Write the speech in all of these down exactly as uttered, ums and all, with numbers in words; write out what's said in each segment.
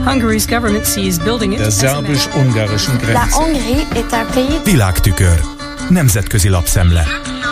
Hungary's government sees building it. Der szerbus-ungarischen Grenze. La Hongrie est un pays. Világtükör. Nemzetközi lapszemle.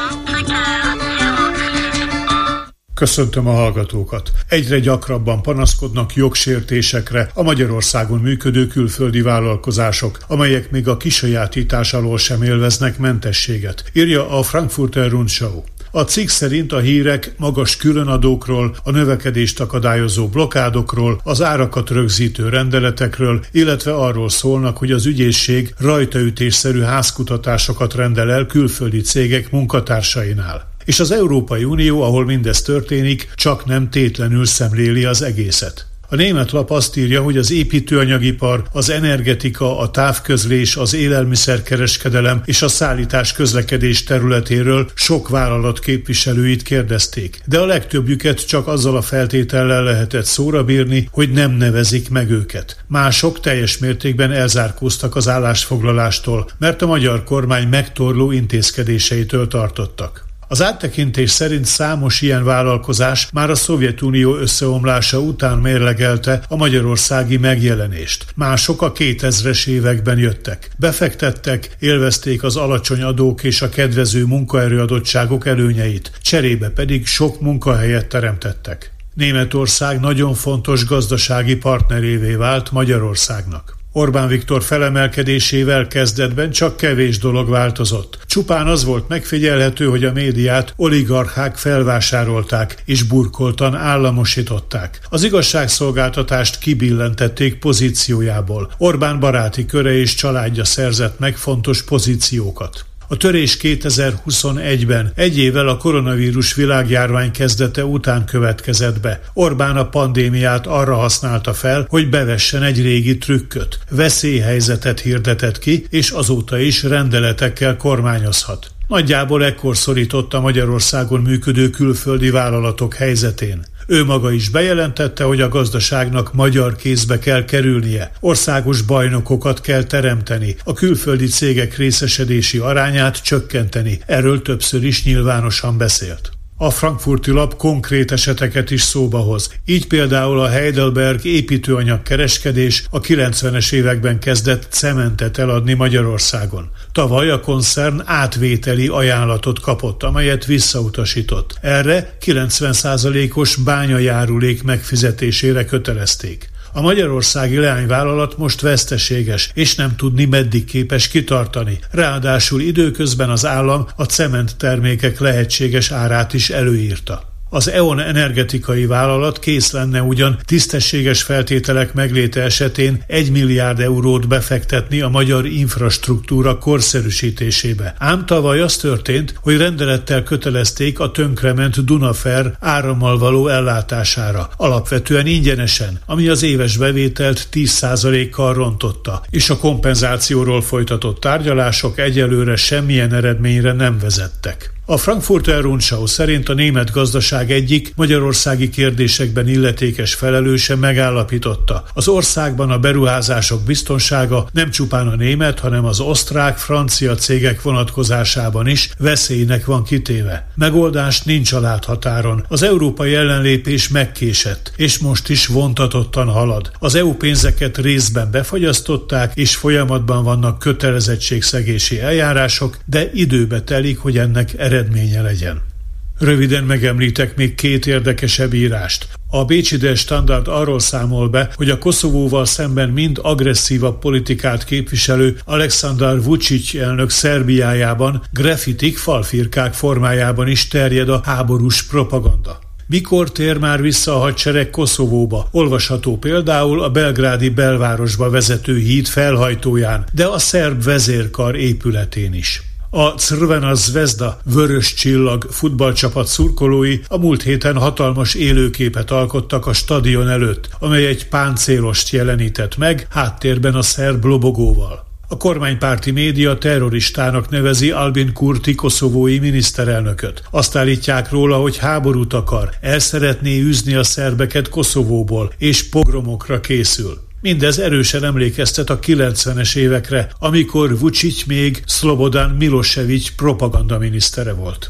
Köszöntöm a hallgatókat! Egyre gyakrabban panaszkodnak jogsértésekre a Magyarországon működő külföldi vállalkozások, amelyek még a kisajátítás alól sem élveznek mentességet, írja a Frankfurter Rundschau. A cikk szerint a hírek magas különadókról, a növekedést akadályozó blokádokról, az árakat rögzítő rendeletekről, illetve arról szólnak, hogy az ügyészség rajtaütésszerű házkutatásokat rendel el külföldi cégek munkatársainál. És az Európai Unió, ahol mindez történik, csak nem tétlenül szemléli az egészet. A német lap azt írja, hogy az építőanyagipar, az energetika, a távközlés, az élelmiszerkereskedelem és a szállítás közlekedés területéről sok vállalat képviselőit kérdezték, de a legtöbbjüket csak azzal a feltétellel lehetett szóra bírni, hogy nem nevezik meg őket. Mások teljes mértékben elzárkóztak az állásfoglalástól, mert a magyar kormány megtorló intézkedéseitől tartottak. Az áttekintés szerint számos ilyen vállalkozás már a Szovjetunió összeomlása után mérlegelte a magyarországi megjelenést. Mások a kétezres években jöttek. Befektettek, élvezték az alacsony adók és a kedvező munkaerőadottságok előnyeit, cserébe pedig sok munkahelyet teremtettek. Németország nagyon fontos gazdasági partnerévé vált Magyarországnak. Orbán Viktor felemelkedésével kezdetben csak kevés dolog változott. Csupán az volt megfigyelhető, hogy a médiát oligarchák felvásárolták és burkoltan államosították. Az igazságszolgáltatást kibillentették pozíciójából. Orbán baráti köre és családja szerzett meg fontos pozíciókat. A törés kétezer-huszonegyben, egy évvel a koronavírus világjárvány kezdete után következett be. Orbán a pandémiát arra használta fel, hogy bevessen egy régi trükköt. Veszélyhelyzetet hirdetett ki, és azóta is rendeletekkel kormányozhat. Nagyjából ekkor szorította Magyarországon működő külföldi vállalatok helyzetén. Ő maga is bejelentette, hogy a gazdaságnak magyar kézbe kell kerülnie, országos bajnokokat kell teremteni, a külföldi cégek részesedési arányát csökkenteni. Erről többször is nyilvánosan beszélt. A frankfurti lap konkrét eseteket is szóba hoz. Így például a Heidelberg építőanyagkereskedés a kilencvenes években kezdett cementet eladni Magyarországon. Tavaly a koncern átvételi ajánlatot kapott, amelyet visszautasított. Erre kilencven százalékos bányajárulék megfizetésére kötelezték. A magyarországi leányvállalat most veszteséges, és nem tudni, meddig képes kitartani. Ráadásul időközben az állam a cementtermékek lehetséges árát is előírta. Az é o en energetikai vállalat kész lenne ugyan tisztességes feltételek megléte esetén egy milliárd eurót befektetni a magyar infrastruktúra korszerűsítésébe. Ám tavaly az történt, hogy rendelettel kötelezték a tönkrement Dunafer árammal való ellátására, alapvetően ingyenesen, ami az éves bevételt tíz százalékkal rontotta, és a kompenzációról folytatott tárgyalások egyelőre semmilyen eredményre nem vezettek. A Frankfurter Rundschau szerint a német gazdaság egyik magyarországi kérdésekben illetékes felelőse megállapította: az országban a beruházások biztonsága nem csupán a német, hanem az osztrák-francia cégek vonatkozásában is veszélynek van kitéve. Megoldás nincs a láthatáron. Az európai ellenlépés megkésett, és most is vontatottan halad. Az é u pénzeket részben befagyasztották, és folyamatban vannak kötelezettségszegési eljárások, de időbe telik, hogy ennek eredménye legyen. Röviden megemlítek még két érdekesebb írást. A bécsi Der Standard arról számol be, hogy a Koszovóval szemben mind agresszívabb politikát képviselő Aleksandar Vučić elnök Szerbiájában graffitik, falfirkák formájában is terjed a háborús propaganda. Mikor tér már vissza a hadsereg Koszovóba? Olvasható például a belgrádi belvárosba vezető híd felhajtóján, de a szerb vezérkar épületén is. A Crvena Zvezda, vörös csillag futballcsapat szurkolói a múlt héten hatalmas élőképet alkottak a stadion előtt, amely egy páncélost jelenített meg, háttérben a szerb lobogóval. A kormánypárti média terroristának nevezi Albin Kurti koszovói miniszterelnököt. Azt állítják róla, hogy háborút akar, el szeretné űzni a szerbeket Koszovóból, és pogromokra készül. Mindez erősen emlékeztet a kilencvenes évekre, amikor Vučić még Slobodan Milošević propagandaminisztere volt.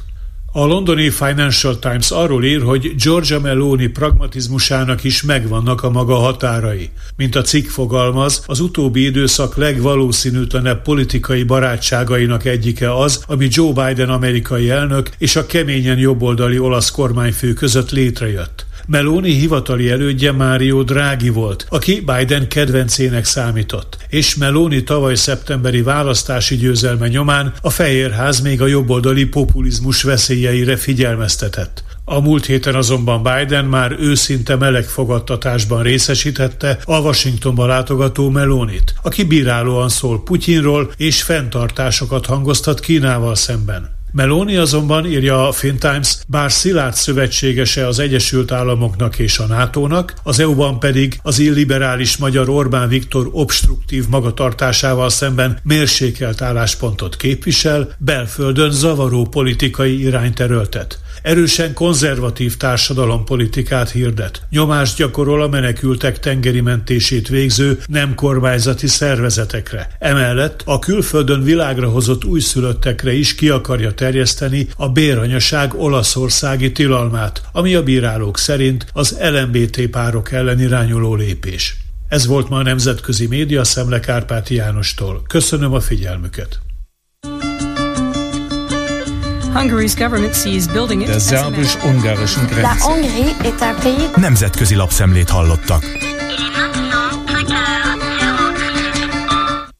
A londoni Financial Times arról ír, hogy Giorgia Meloni pragmatizmusának is megvannak a maga határai. Mint a cikk fogalmaz, az utóbbi időszak legvalószínűtlenebb politikai barátságainak egyike az, ami Joe Biden amerikai elnök és a keményen jobboldali olasz kormányfő között létrejött. Meloni hivatali elődje Mario Draghi volt, aki Biden kedvencének számított, és Meloni tavaly szeptemberi választási győzelme nyomán a Fehérház még a jobboldali populizmus veszélyeire figyelmeztetett. A múlt héten azonban Biden már őszinte meleg fogadtatásban részesítette a Washingtonba látogató Melonit, aki bírálóan szól Putyinról és fenntartásokat hangoztat Kínával szemben. Meloni azonban, írja a Fin Times, bár szilárd szövetségese az Egyesült Államoknak és a nátónak, az é u-ban pedig az illiberális magyar Orbán Viktor obstruktív magatartásával szemben mérsékelt álláspontot képvisel, belföldön zavaró politikai irányt erőltet. Erősen konzervatív társadalompolitikát hirdet. Nyomást gyakorol a menekültek tengeri mentését végző nem kormányzati szervezetekre. Emellett a külföldön világra hozott újszülöttekre is ki akarja terjeszteni a béranyaság olaszországi tilalmát, ami a bírálók szerint az el em bé té párok ellen irányuló lépés. Ez volt ma a Nemzetközi Média Szemle Kárpáti Jánostól. Köszönöm a figyelmüket! Hungary's government sees building it Der as a szerbus-ungarischen Grenze. La Hongrie est un pays... Nemzetközi lapszemlét hallottak. Il est maintenant très clair.